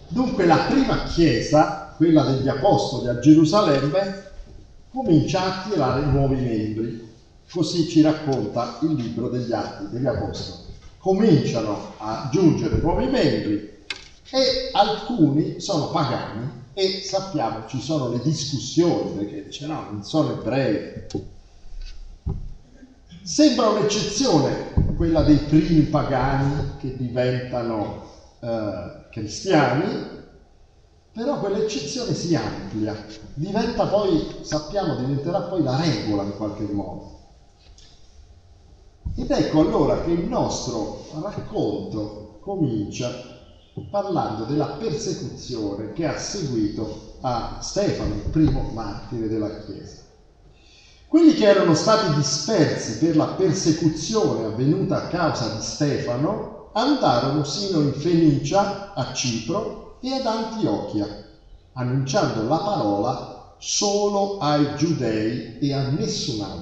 Dunque la prima chiesa, quella degli apostoli a Gerusalemme, comincia a attirare nuovi membri. Così ci racconta il libro degli Atti degli Apostoli. Cominciano a giungere nuovi membri e alcuni sono pagani e sappiamo ci sono le discussioni perché dice no, non sono ebrei. Sembra un'eccezione quella dei primi pagani che diventano cristiani, però quell'eccezione si amplia, diventa poi, sappiamo, diventerà poi la regola in qualche modo. Ed ecco allora che il nostro racconto comincia parlando della persecuzione che ha seguito a Stefano, il primo martire della Chiesa. Quelli che erano stati dispersi per la persecuzione avvenuta a causa di Stefano andarono sino in Fenicia, a Cipro e ad Antiochia, annunciando la parola solo ai giudei e a nessun altro.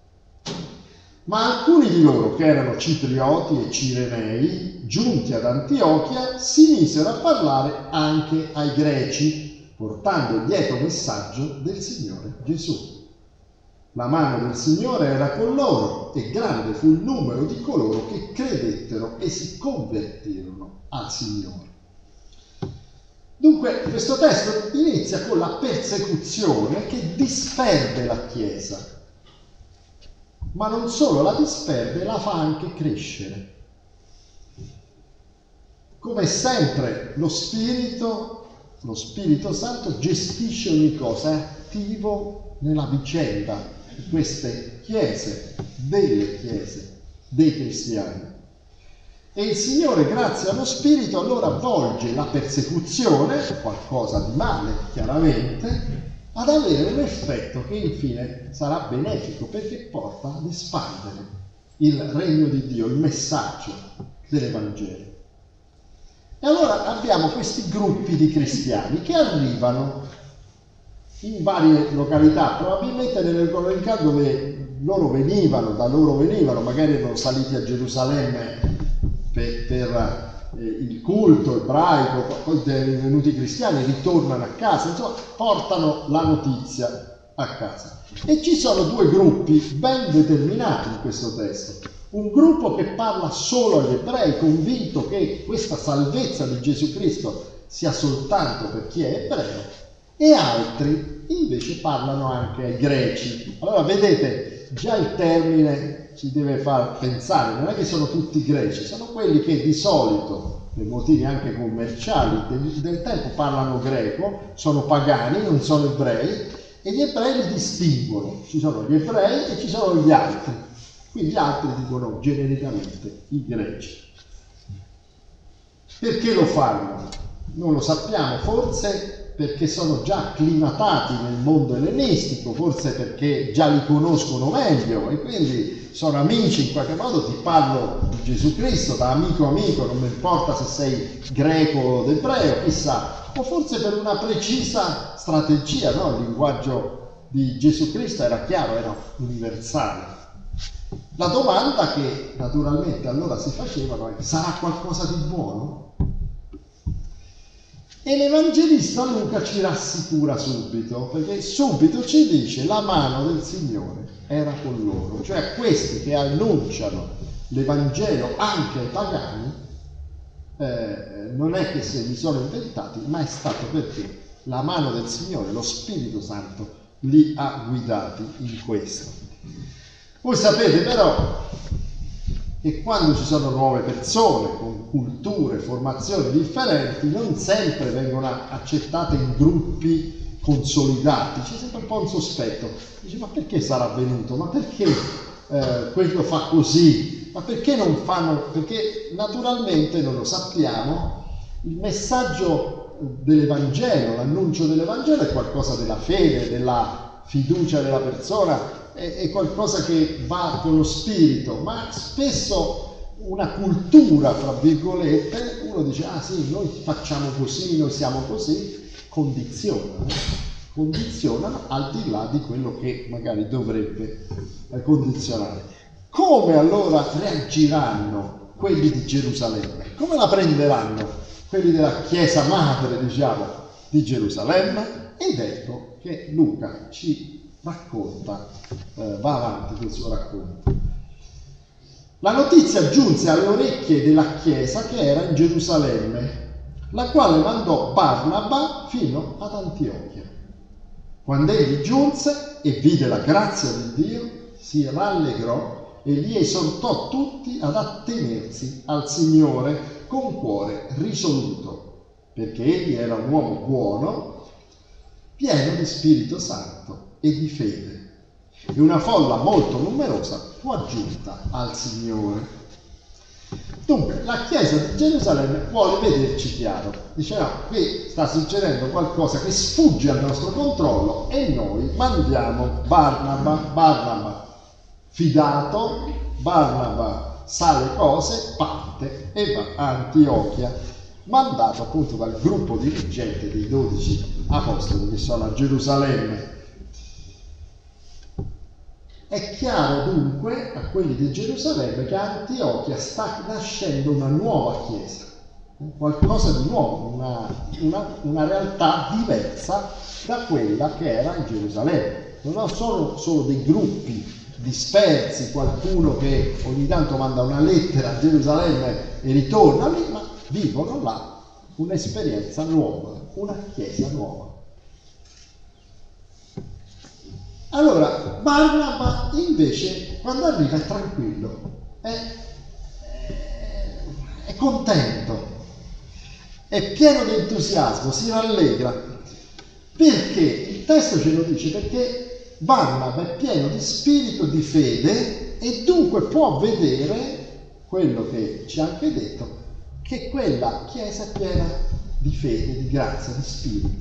Ma alcuni di loro, che erano ciprioti e cirenei, giunti ad Antiochia, si misero a parlare anche ai greci, portando il lieto messaggio del Signore Gesù. La mano del Signore era con loro e grande fu il numero di coloro che credettero e si convertirono al Signore. Dunque questo testo inizia con la persecuzione che disperde la Chiesa. Ma non solo la disperde, la fa anche crescere. Come sempre lo Spirito Santo gestisce ogni cosa, è attivo nella vicenda di queste chiese, delle chiese, dei cristiani. E il Signore, grazie allo Spirito, allora volge la persecuzione, qualcosa di male chiaramente, ad avere un effetto che infine sarà benefico perché porta ad espandere il regno di Dio, il messaggio dell'Evangelo. E allora abbiamo questi gruppi di cristiani che arrivano in varie località, probabilmente nelle località dove da loro venivano, magari erano saliti a Gerusalemme per il culto ebraico, poi venuti cristiani ritornano a casa, insomma portano la notizia a casa. E ci sono due gruppi ben determinati in questo testo. Un gruppo che parla solo agli ebrei, convinto che questa salvezza di Gesù Cristo sia soltanto per chi è ebreo, e altri invece parlano anche ai greci. Allora vedete, già il termine ci deve far pensare, non è che sono tutti greci, sono quelli che di solito, per motivi anche commerciali del tempo, parlano greco, sono pagani, non sono ebrei, e gli ebrei li distinguono. Ci sono gli ebrei e ci sono gli altri. Qui gli altri dicono genericamente i greci. Perché lo fanno? Non lo sappiamo, forse perché sono già acclimatati nel mondo ellenistico, forse perché già li conoscono meglio e quindi sono amici in qualche modo, ti parlo di Gesù Cristo da amico a amico, non mi importa se sei greco o ebreo, chissà, o forse per una precisa strategia, no? Il linguaggio di Gesù Cristo era chiaro, era universale. La domanda che naturalmente allora si facevano è: sarà qualcosa di buono? E l'Evangelista Luca ci rassicura subito, perché subito ci dice la mano del Signore era con loro, cioè questi che annunciano l'Evangelo anche ai pagani, non è che se li sono inventati, ma è stato perché la mano del Signore, lo Spirito Santo, li ha guidati in questo. Voi sapete però che quando ci sono nuove persone con culture, formazioni differenti, non sempre vengono accettate in gruppi consolidati, c'è sempre un po' un sospetto. Dice: ma perché sarà venuto? Ma perché quello fa così? Ma perché non fanno? Perché naturalmente, non lo sappiamo, il messaggio dell'Evangelo, l'annuncio dell'Evangelo è qualcosa della fede, della fiducia della persona, è qualcosa che va con lo spirito, ma spesso una cultura, fra virgolette, uno dice: ah sì, noi facciamo così, noi siamo così, condizionano al di là di quello che magari dovrebbe condizionare. Come allora reagiranno quelli di Gerusalemme? Come la prenderanno quelli della Chiesa madre, diciamo, di Gerusalemme, ed ecco che Luca ci racconta, va avanti col suo racconto. La notizia giunse alle orecchie della Chiesa che era in Gerusalemme, la quale mandò Barnaba fino ad Antiochia. Quando egli giunse e vide la grazia di Dio, si rallegrò e li esortò tutti ad attenersi al Signore con cuore risoluto, perché egli era un uomo buono, pieno di Spirito Santo e di fede. E una folla molto numerosa fu aggiunta al Signore. Dunque, la Chiesa di Gerusalemme vuole vederci chiaro. Dice no, qui sta succedendo qualcosa che sfugge al nostro controllo e noi mandiamo Barnaba fidato, Barnaba sa le cose, parte e va a Antiochia, mandato appunto dal gruppo dirigente dei 12 apostoli che sono a Gerusalemme. È chiaro dunque a quelli di Gerusalemme che a Antiochia sta nascendo una nuova Chiesa, qualcosa di nuovo, una realtà diversa da quella che era in Gerusalemme. Non sono solo dei gruppi dispersi, qualcuno che ogni tanto manda una lettera a Gerusalemme e ritorna lì, ma vivono là un'esperienza nuova, una Chiesa nuova. Allora, Barnaba invece, quando arriva, è tranquillo, è contento, è pieno di entusiasmo, si rallegra. Perché? Il testo ce lo dice, perché Barnaba è pieno di spirito, di fede, e dunque può vedere quello che ci ha anche detto, che quella Chiesa è piena di fede, di grazia, di spirito.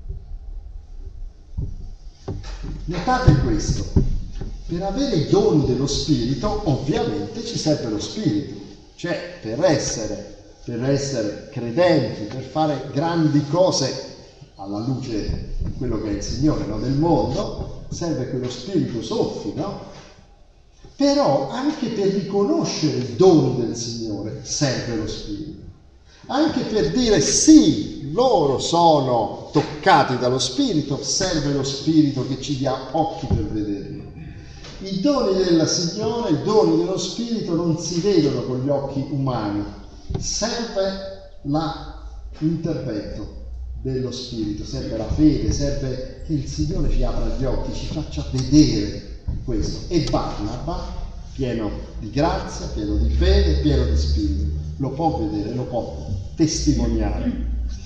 Notate questo, per avere i doni dello Spirito ovviamente ci serve lo Spirito, cioè per essere credenti, per fare grandi cose alla luce di quello che è il Signore, no? Del mondo, serve che lo Spirito soffi, no? Però anche per riconoscere i doni del Signore serve lo Spirito. Anche per dire sì, loro sono toccati dallo Spirito, serve lo Spirito che ci dia occhi per vederli. I doni del Signore, i doni dello Spirito non si vedono con gli occhi umani, serve l'intervento dello Spirito, serve la fede, serve che il Signore ci apra gli occhi, ci faccia vedere questo. E Barnaba, pieno di grazia, pieno di fede, pieno di Spirito, lo può vedere, lo può testimoniare.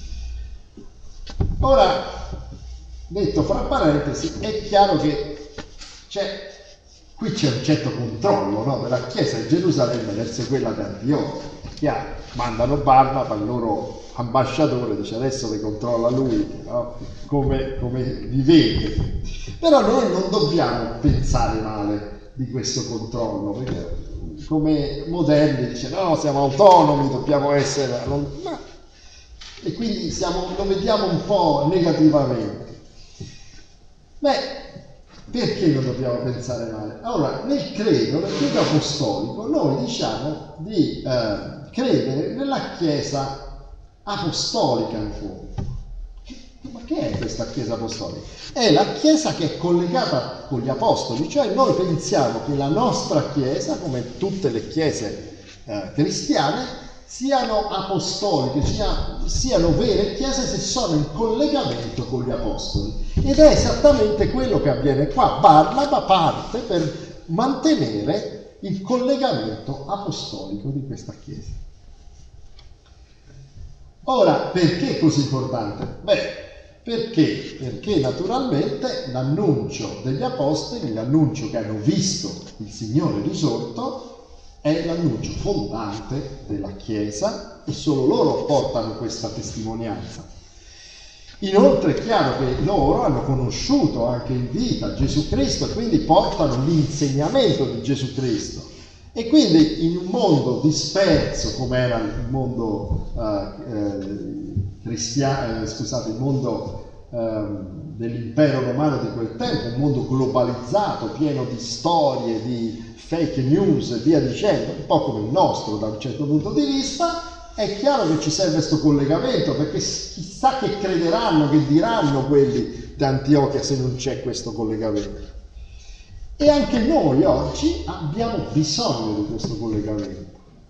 Ora, detto fra parentesi, è chiaro che qui c'è un certo controllo, no, della Chiesa di Gerusalemme verso quella di Antiochia. È chiaro, mandano Barnaba, il loro ambasciatore, dice adesso le controlla lui, no? come vivete. Però noi non dobbiamo pensare male di questo controllo, perché come moderni dice no, siamo autonomi, dobbiamo essere, e quindi lo vediamo un po' negativamente. Perché non dobbiamo pensare male? Allora, nel credo apostolico noi diciamo di credere nella Chiesa apostolica in fondo. Ma che è questa Chiesa apostolica? È la Chiesa che è collegata con gli apostoli, cioè noi pensiamo che la nostra Chiesa, come tutte le Chiese cristiane, siano apostoliche, siano vere Chiese se sono in collegamento con gli apostoli. Ed è esattamente quello che avviene qua. Barnaba parte per mantenere il collegamento apostolico di questa Chiesa. Ora, perché è così importante? Perché? Perché naturalmente l'annuncio degli apostoli, l'annuncio che hanno visto il Signore risorto, è l'annuncio fondante della Chiesa e solo loro portano questa testimonianza. Inoltre è chiaro che loro hanno conosciuto anche in vita Gesù Cristo e quindi portano l'insegnamento di Gesù Cristo. E quindi in un mondo disperso come era il mondo il mondo dell'impero romano di quel tempo, un mondo globalizzato, pieno di storie, di fake news e via dicendo, un po' come il nostro da un certo punto di vista, è chiaro che ci serve questo collegamento, perché chissà che crederanno, che diranno quelli di Antiochia se non c'è questo collegamento. E anche noi oggi abbiamo bisogno di questo collegamento.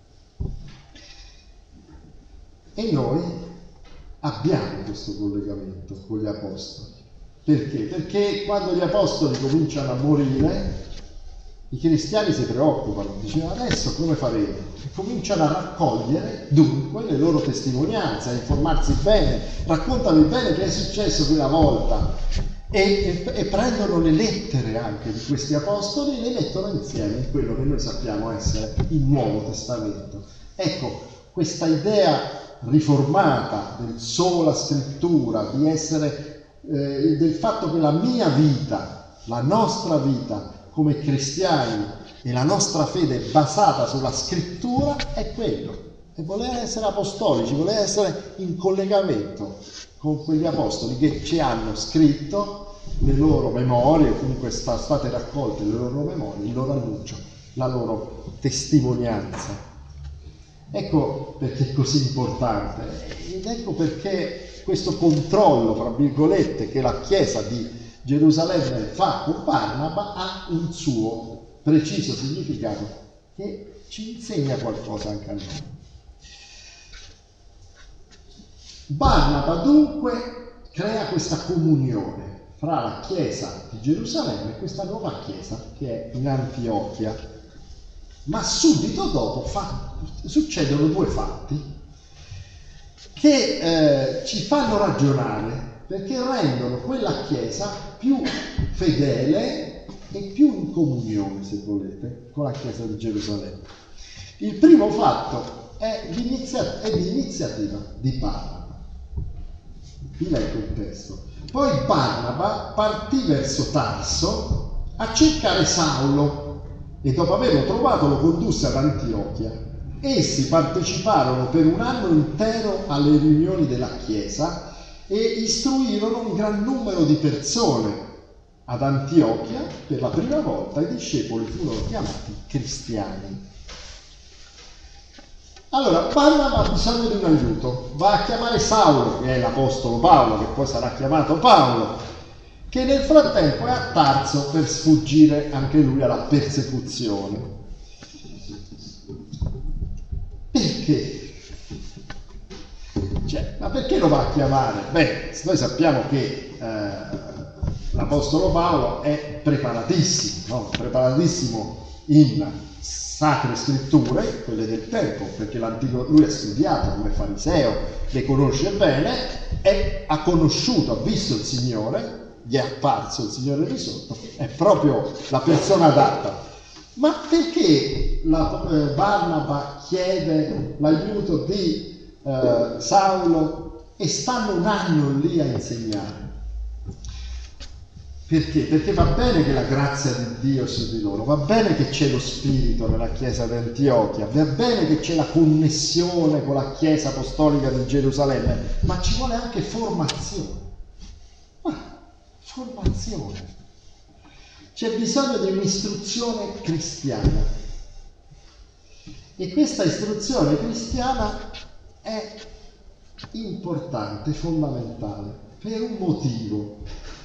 E noi abbiamo questo collegamento con gli apostoli. Perché? Perché quando gli apostoli cominciano a morire, i cristiani si preoccupano, dicevano adesso come faremo? E cominciano a raccogliere dunque le loro testimonianze, a informarsi bene, raccontano bene che è successo quella volta e prendono le lettere anche di questi apostoli e le mettono insieme in quello che noi sappiamo essere il Nuovo Testamento. Ecco, questa idea riformata del sola scrittura, di essere del fatto che la mia vita, la nostra vita come cristiani e la nostra fede basata sulla scrittura è quello. E voler essere apostolici, voler essere in collegamento con quegli apostoli che ci hanno scritto le loro memorie, o comunque sono state raccolte le loro memorie, il loro annuncio, la loro testimonianza. Ecco perché è così importante ed ecco perché questo controllo, fra virgolette, che la Chiesa di Gerusalemme fa con Barnaba ha un suo preciso significato che ci insegna qualcosa anche a noi. Barnaba dunque crea questa comunione fra la Chiesa di Gerusalemme e questa nuova Chiesa che è in Antiochia, ma subito dopo succedono due fatti che ci fanno ragionare, perché rendono quella Chiesa più fedele e più in comunione, se volete, con la Chiesa di Gerusalemme. Il primo fatto è l'iniziativa di Barnaba. Vi leggo il testo. Poi Barnaba partì verso Tarso a cercare Saulo e dopo averlo trovato lo condusse ad Antiochia. Essi parteciparono per un anno intero alle riunioni della Chiesa e istruirono un gran numero di persone. Ad Antiochia, per la prima volta, i discepoli furono chiamati cristiani. Allora, Barnaba ha bisogno di un aiuto. Va a chiamare Saulo, che è l'apostolo Paolo, che poi sarà chiamato Paolo, che nel frattempo è a Tarso per sfuggire anche lui alla persecuzione. Perché? Ma perché lo va a chiamare? Beh, noi sappiamo che l'Apostolo Paolo è preparatissimo, no? Preparatissimo in sacre scritture, quelle del tempo, perché lui ha studiato come fariseo, le conosce bene, ha conosciuto, ha visto il Signore, gli è apparso il Signore di sotto, è proprio la persona adatta. Ma perché Barnaba chiede l'aiuto di Saulo e stanno un anno lì a insegnare? Perché? Perché va bene che la grazia di Dio sia di loro, va bene che c'è lo Spirito nella Chiesa di Antiochia, va bene che c'è la connessione con la Chiesa Apostolica di Gerusalemme, ma ci vuole anche formazione. Formazione. C'è bisogno di un'istruzione cristiana. E questa istruzione cristiana è importante, fondamentale, per un motivo.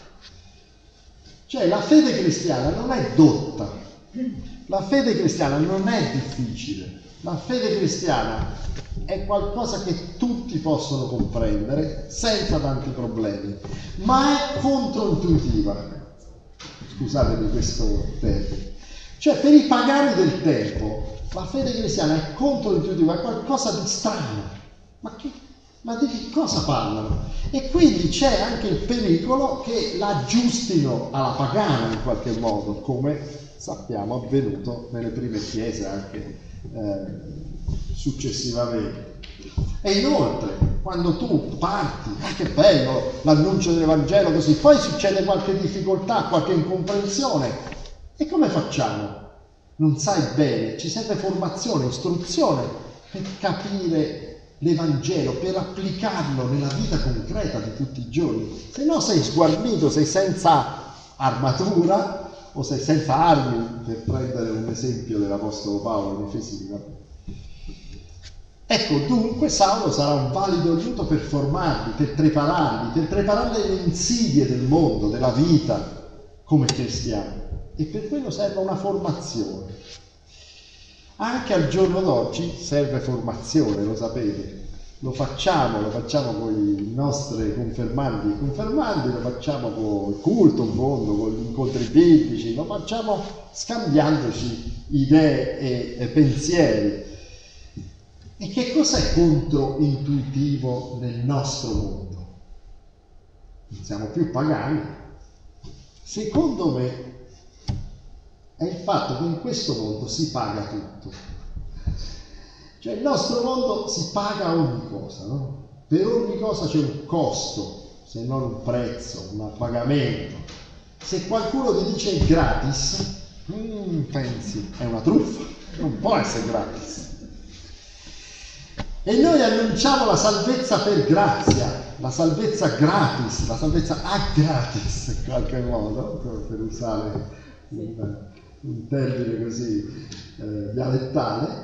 Cioè la fede cristiana non è dotta, la fede cristiana non è difficile, la fede cristiana è qualcosa che tutti possono comprendere senza tanti problemi, ma è controintuitiva. Scusatemi questo termine. Cioè per i pagani del tempo la fede cristiana è controintuitiva, è qualcosa di strano. Ma di che cosa parlano? E quindi c'è anche il pericolo che la aggiustino alla pagana in qualche modo, come sappiamo avvenuto nelle prime chiese anche successivamente. E inoltre, quando tu parti, che bello l'annuncio dell'Evangelo così, poi succede qualche difficoltà, qualche incomprensione, e come facciamo? Non sai bene, ci serve formazione, istruzione per capire l'Evangelo, per applicarlo nella vita concreta di tutti i giorni. Se no sei sguarnito, sei senza armatura o sei senza armi, per prendere un esempio dell'Apostolo Paolo in Efesini. Ecco, dunque Saulo sarà un valido aiuto per formarli, per prepararli alle insidie del mondo, della vita come cristiani. E per quello serve una formazione. Anche al giorno d'oggi serve formazione, lo sapete. Lo facciamo con i nostri confermandi, lo facciamo con il culto in fondo, con gli incontri biblici, lo facciamo scambiandoci idee e pensieri. E che cos'è controintuitivo nel nostro mondo? Non siamo più pagani. Secondo me è il fatto che in questo mondo si paga tutto. Cioè il nostro mondo si paga ogni cosa, no? Per ogni cosa c'è un costo, se non un prezzo, un pagamento. Se qualcuno ti dice gratis, pensi, è una truffa, non può essere gratis. E noi annunciamo la salvezza per grazia, la salvezza gratis, la salvezza a gratis in qualche modo, per usare un termine così dialettale.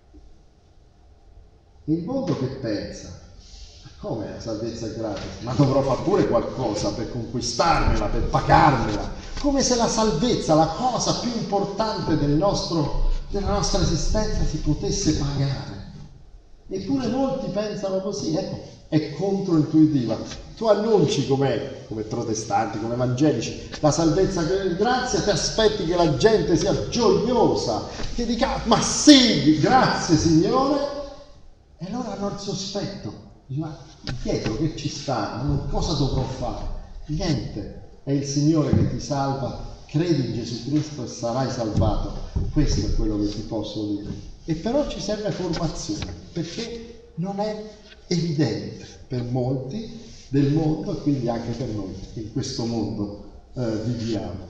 E il mondo che pensa? Come la salvezza è gratis? Ma dovrò fare pure qualcosa per conquistarmela, per pagarmela. Come se la salvezza, la cosa più importante della nostra esistenza, si potesse pagare. Eppure molti pensano così, ecco, è controintuitiva. Tu annunci come protestanti, come evangelici, la salvezza che grazia, ti aspetti che la gente sia gioiosa, che dica, ma sì, grazie Signore, e allora hanno il sospetto, ma dietro che ci sta, cosa dovrò fare? Niente, è il Signore che ti salva, credi in Gesù Cristo e sarai salvato. Questo è quello che ti posso dire. E però ci serve formazione, perché non è evidente per molti del mondo e quindi anche per noi che in questo mondo viviamo.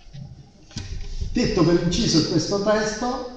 Detto per inciso in questo testo,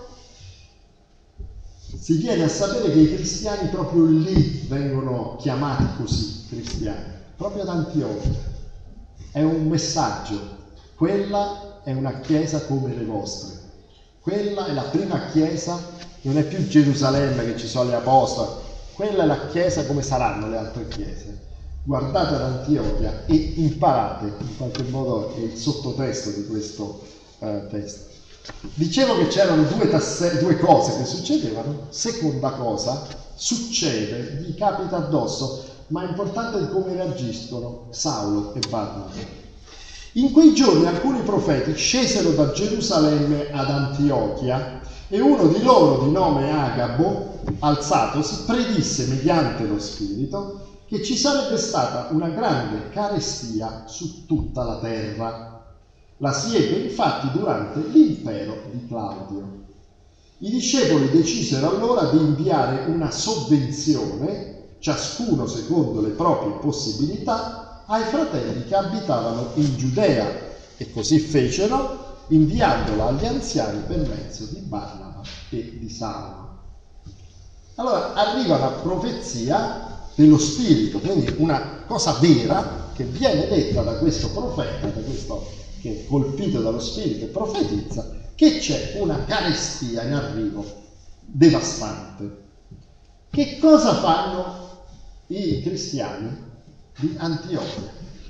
si viene a sapere che i cristiani proprio lì vengono chiamati così, cristiani, proprio ad Antiochia. È un messaggio, quella è una chiesa come le vostre. Quella è la prima chiesa, non è più Gerusalemme che ci sono le apostole, quella è la chiesa come saranno le altre chiese. Guardate ad Antiochia e imparate, in qualche modo è il sottotesto di questo testo. Dicevo che c'erano due cose che succedevano. Seconda cosa, succede, gli capita addosso, ma è importante come reagiscono Saulo e Barnaba. In quei giorni alcuni profeti scesero da Gerusalemme ad Antiochia e uno di loro, di nome Agabo, alzatosi, predisse mediante lo Spirito che ci sarebbe stata una grande carestia su tutta la terra. La si ebbe infatti durante l'impero di Claudio. I discepoli decisero allora di inviare una sovvenzione, ciascuno secondo le proprie possibilità, ai fratelli che abitavano in Giudea, e così fecero, inviandola agli anziani per mezzo di Barnaba e di Saulo. Allora arriva la profezia dello Spirito, quindi una cosa vera che viene detta da questo profeta, da questo che è colpito dallo Spirito e profetizza, che c'è una carestia in arrivo devastante. Che cosa fanno i cristiani di Antiochia?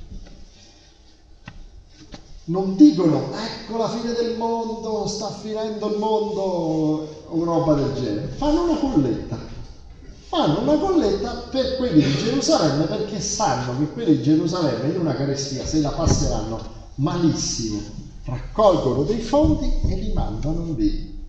Non dicono, ecco la fine del mondo, sta finendo il mondo, o roba del genere. Fanno una colletta per quelli di Gerusalemme, perché sanno che quelli di Gerusalemme in una carestia se la passeranno malissimo. Raccolgono dei fondi e li mandano lì.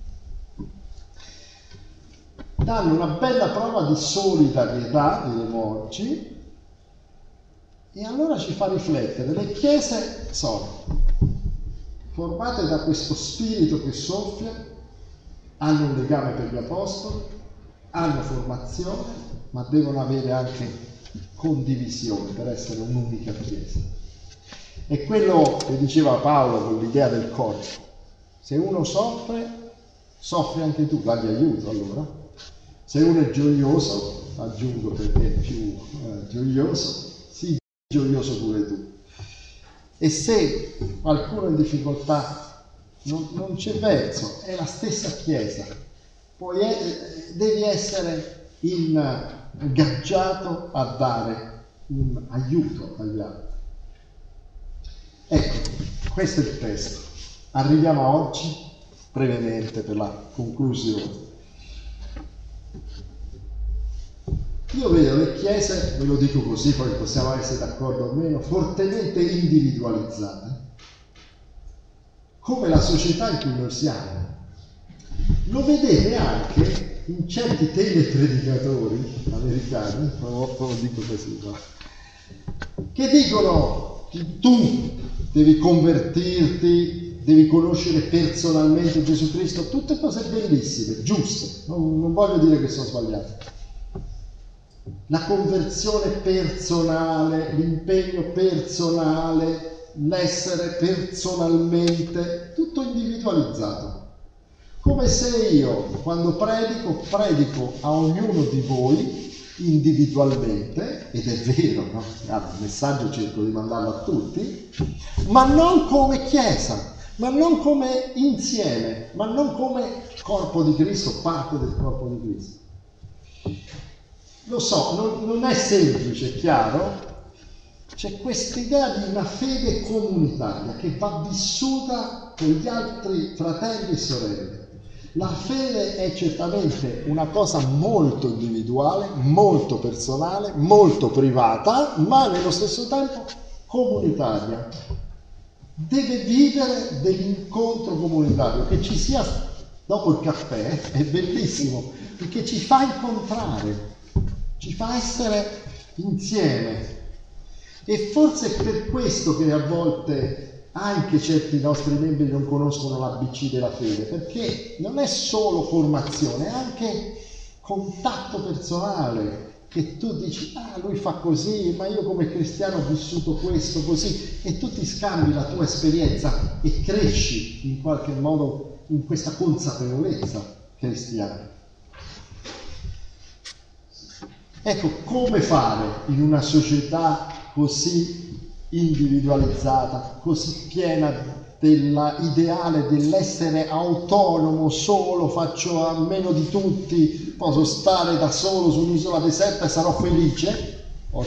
Danno una bella prova di solidarietà, diremo oggi, e allora ci fa riflettere. Le chiese sono formate da questo spirito che soffia, hanno un legame per gli apostoli, hanno formazione, ma devono avere anche condivisione per essere un'unica chiesa. È quello che diceva Paolo con l'idea del corpo. Se uno soffre, soffri anche tu, dagli aiuto allora. Se uno è gioioso, aggiungo perché è più gioioso, sii gioioso pure tu. E se qualcuno è in difficoltà, non c'è verso, è la stessa chiesa devi essere ingaggiato a dare un aiuto agli altri. Ecco, questo è il testo. Arriviamo a oggi, brevemente per la conclusione. Io vedo le chiese, ve lo dico così, poi possiamo essere d'accordo o meno, fortemente individualizzate, come la società in cui noi siamo. Lo vedete anche in certi telepredicatori americani, lo dico così, no? Che dicono tu devi convertirti, devi conoscere personalmente Gesù Cristo, tutte cose bellissime, giuste, non voglio dire che sono sbagliate. La conversione personale, l'impegno personale, l'essere personalmente, tutto individualizzato. Come se io, quando predico a ognuno di voi individualmente, ed è vero, no? Allora, il messaggio cerco di mandarlo a tutti, ma non come Chiesa, ma non come insieme, ma non come corpo di Cristo, parte del corpo di Cristo. Lo so, non è semplice, chiaro? C'è quest'idea di una fede comunitaria che va vissuta con gli altri fratelli e sorelle. La fede è certamente una cosa molto individuale, molto personale, molto privata, ma nello stesso tempo comunitaria. Deve vivere dell'incontro comunitario, che ci sia dopo il caffè, è bellissimo, perché ci fa incontrare, ci fa essere insieme. E forse è per questo che a volte anche certi nostri membri non conoscono l'ABC della fede, perché non è solo formazione, è anche contatto personale, che tu dici, lui fa così, ma io come cristiano ho vissuto questo così, e tu ti scambi la tua esperienza e cresci in qualche modo in questa consapevolezza cristiana. Ecco, come fare in una società così individualizzata, così piena dell'ideale dell'essere autonomo, solo, faccio a meno di tutti, posso stare da solo su un'isola deserta e sarò felice?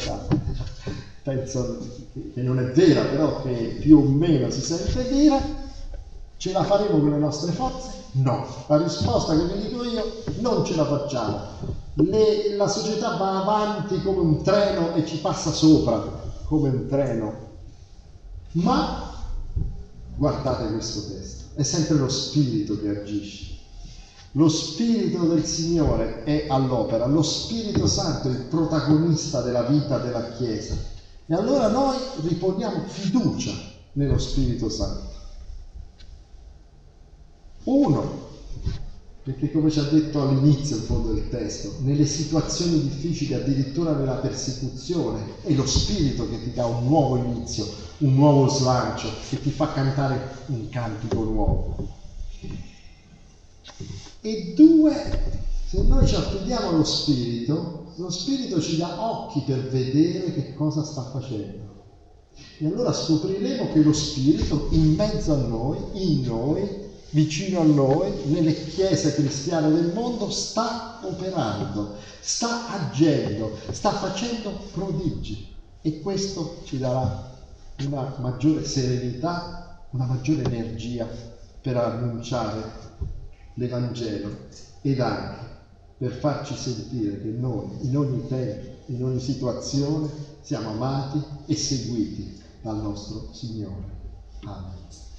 Penso che non è vera, però che più o meno si sente dire. Ce la faremo con le nostre forze? No. La risposta che vi dico io, non ce la facciamo. La società va avanti come un treno e ci passa sopra come un treno. Ma guardate questo testo, è sempre lo Spirito che agisce. Lo Spirito del Signore è all'opera, lo Spirito Santo è il protagonista della vita della Chiesa. E allora noi riponiamo fiducia nello Spirito Santo. Uno, perché come ci ha detto all'inizio in fondo del testo, nelle situazioni difficili, addirittura nella persecuzione, è lo Spirito che ti dà un nuovo inizio, un nuovo slancio, che ti fa cantare un cantico nuovo. E due, se noi ci affidiamo allo Spirito, lo Spirito ci dà occhi per vedere che cosa sta facendo. E allora scopriremo che lo Spirito in mezzo a noi, in noi, vicino a noi, nelle chiese cristiane del mondo, sta operando, sta agendo, sta facendo prodigi. E questo ci darà una maggiore serenità, una maggiore energia per annunciare l'Evangelo ed anche per farci sentire che noi, in ogni tempo, in ogni situazione, siamo amati e seguiti dal nostro Signore. Amen.